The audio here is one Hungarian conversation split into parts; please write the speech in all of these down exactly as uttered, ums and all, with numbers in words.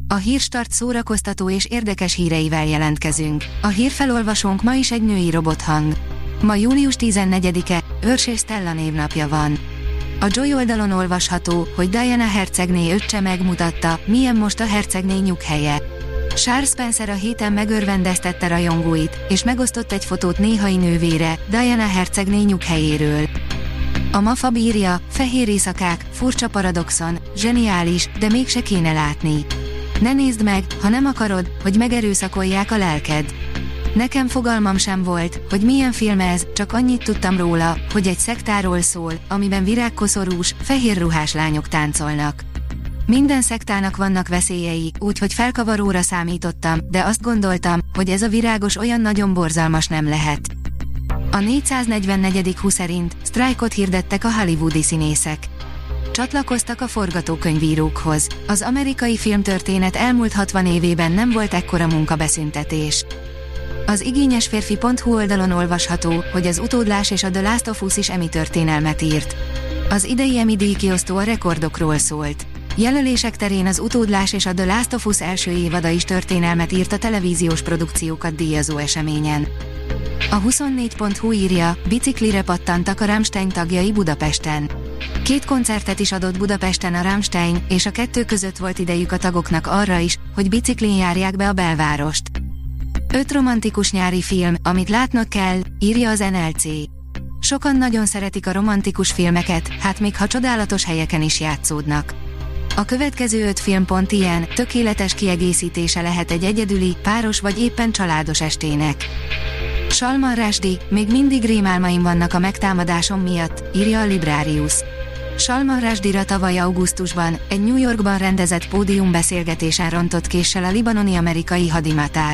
A Hírstart szórakoztató és érdekes híreivel jelentkezünk. A hírfelolvasónk ma is egy női robothang. Ma július tizennegyedike, Örs és Stella névnapja van. A Joy oldalon olvasható, hogy Diana hercegné öccse megmutatta, milyen most a hercegné nyughelye. Charles Spencer a héten megörvendeztette rajongóit, és megosztott egy fotót néhai nővére, Diana hercegné nyughelyéről. A MAFA írja, fehér éjszakák, furcsa paradoxon, zseniális, de mégse kéne látni. Ne nézd meg, ha nem akarod, hogy megerőszakolják a lelked. Nekem fogalmam sem volt, hogy milyen film ez, csak annyit tudtam róla, hogy egy szektáról szól, amiben virágkoszorús, fehér ruhás lányok táncolnak. Minden szektának vannak veszélyei, úgyhogy felkavaróra számítottam, de azt gondoltam, hogy ez a virágos olyan nagyon borzalmas nem lehet. A négyszáznegyvennegyedik hú szerint sztrájkot hirdettek a hollywoodi színészek. Csatlakoztak a forgatókönyvírókhoz. Az amerikai filmtörténet elmúlt hatvan évében nem volt ekkora munkabeszüntetés. Az igényesférfi pont hu oldalon olvasható, hogy az Utódlás és a The Last of Us is Emmy történelmet írt. Az idei Emmy díjkiosztó a rekordokról szólt. Jelölések terén az Utódlás és a The Last of Us első évada is történelmet írt a televíziós produkciókat díjazó eseményen. A huszonnégy pont hu írja, biciklire pattantak a Rammstein tagjai Budapesten. Két koncertet is adott Budapesten a Rammstein, és a kettő között volt idejük a tagoknak arra is, hogy biciklin járják be a belvárost. Öt romantikus nyári film, amit látnod kell, írja az en el cé. Sokan nagyon szeretik a romantikus filmeket, hát még ha csodálatos helyeken is játszódnak. A következő öt film pont ilyen, tökéletes kiegészítése lehet egy egyedüli, páros vagy éppen családos estének. Salman Rushdie, még mindig rémálmaim vannak a megtámadásom miatt, írja a Librarius. Salman Rushdie-ra tavaly augusztusban, egy New Yorkban rendezett pódiumbeszélgetésen rontott késsel a libanoni amerikai hadimatár.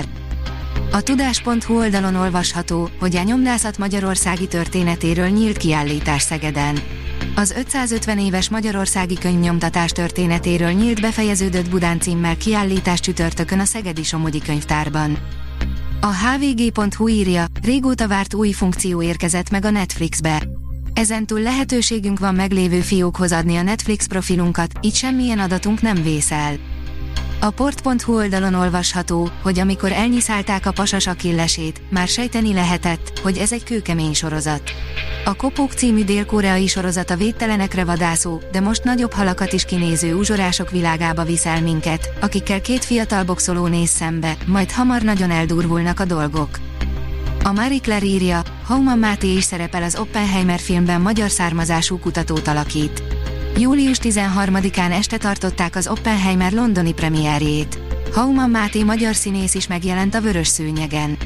A tudás pont hu oldalon olvasható, hogy a nyomdászat magyarországi történetéről nyílt kiállítás Szegeden. Az ötszázötven éves magyarországi könyvnyomtatás történetéről nyílt befejeződött Budán címmel kiállítás csütörtökön a Szegedi Somogyi Könyvtárban. A há vé gé pont hu írja, régóta várt új funkció érkezett meg a Netflixbe. Ezentúl lehetőségünk van meglévő fiókhoz adni a Netflix profilunkat, így semmilyen adatunk nem vész el. A port pont hu oldalon olvasható, hogy amikor elnyiszálták a pasas Achillesét, már sejteni lehetett, hogy ez egy kőkemény sorozat. A Kopók című dél-koreai sorozat a védtelenekre vadászó, de most nagyobb halakat is kinéző uzsorások világába visz el minket, akikkel két fiatal boxoló néz szembe, majd hamar nagyon eldurvulnak a dolgok. A Marie Claire írja, Hauman Máté is szerepel az Oppenheimer filmben magyar származású kutatót alakít. július tizenharmadikán este tartották az Oppenheimer londoni premierjét. Hauman Máté magyar színész is megjelent a vörös szőnyegen.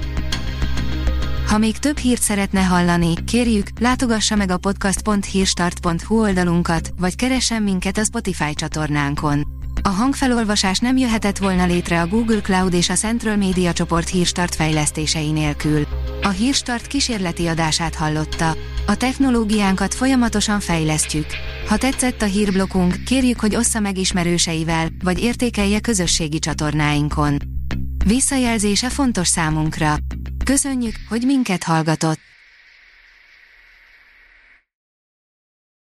Ha még több hírt szeretne hallani, kérjük, látogassa meg a podcast pont hírstart pont hu oldalunkat, vagy keressen minket a Spotify csatornánkon. A hangfelolvasás nem jöhetett volna létre a Google Cloud és a Central Media csoport Hírstart fejlesztései nélkül. A Hírstart kísérleti adását hallotta. A technológiánkat folyamatosan fejlesztjük. Ha tetszett a hírblokkunk, kérjük, hogy ossza meg ismerőseivel, vagy értékelje közösségi csatornáinkon. Visszajelzése fontos számunkra. Köszönjük, hogy minket hallgatott!